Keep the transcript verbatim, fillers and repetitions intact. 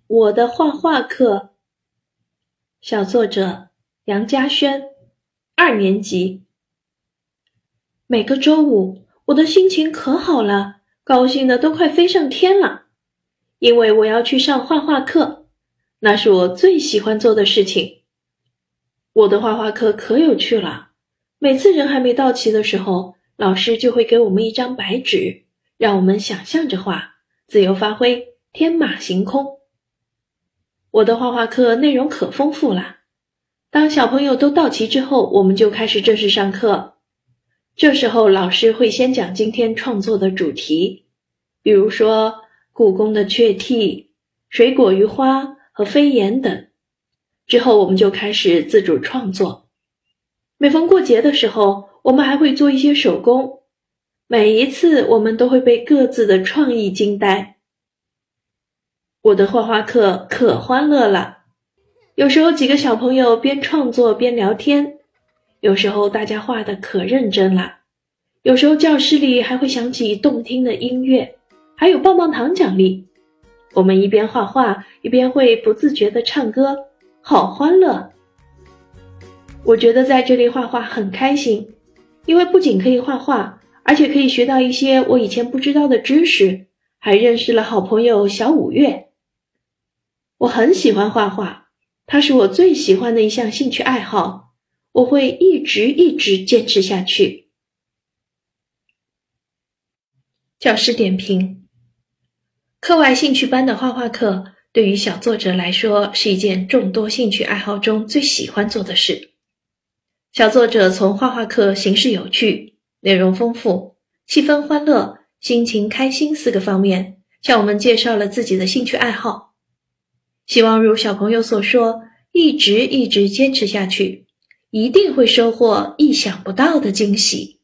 我的画画课。小作者杨嘉轩，二年级。每个周五，我的心情可好了，高兴的都快飞上天了，因为我要去上画画课，那是我最喜欢做的事情。我的画画课可有趣了，每次人还没到齐的时候，老师就会给我们一张白纸，让我们想象着画，自由发挥，天马行空。我的画画课内容可丰富了，当小朋友都到齐之后，我们就开始正式上课。这时候老师会先讲今天创作的主题，比如说故宫的雀替、水果与花和飞檐等。之后我们就开始自主创作。每逢过节的时候，我们还会做一些手工。每一次我们都会被各自的创意惊呆。我的画画课可欢乐了，有时候几个小朋友边创作边聊天，有时候大家画得可认真了，有时候教室里还会响起动听的音乐，还有棒棒糖奖励。我们一边画画，一边会不自觉地唱歌，好欢乐。我觉得在这里画画很开心，因为不仅可以画画，而且可以学到一些我以前不知道的知识，还认识了好朋友小五月。我很喜欢画画，它是我最喜欢的一项兴趣爱好，我会一直一直坚持下去。教师点评：课外兴趣班的画画课对于小作者来说是一件众多兴趣爱好中最喜欢做的事。小作者从画画课形式有趣、内容丰富、气氛欢乐、心情开心四个方面向我们介绍了自己的兴趣爱好。希望如小朋友所说，一直一直坚持下去，一定会收获意想不到的惊喜。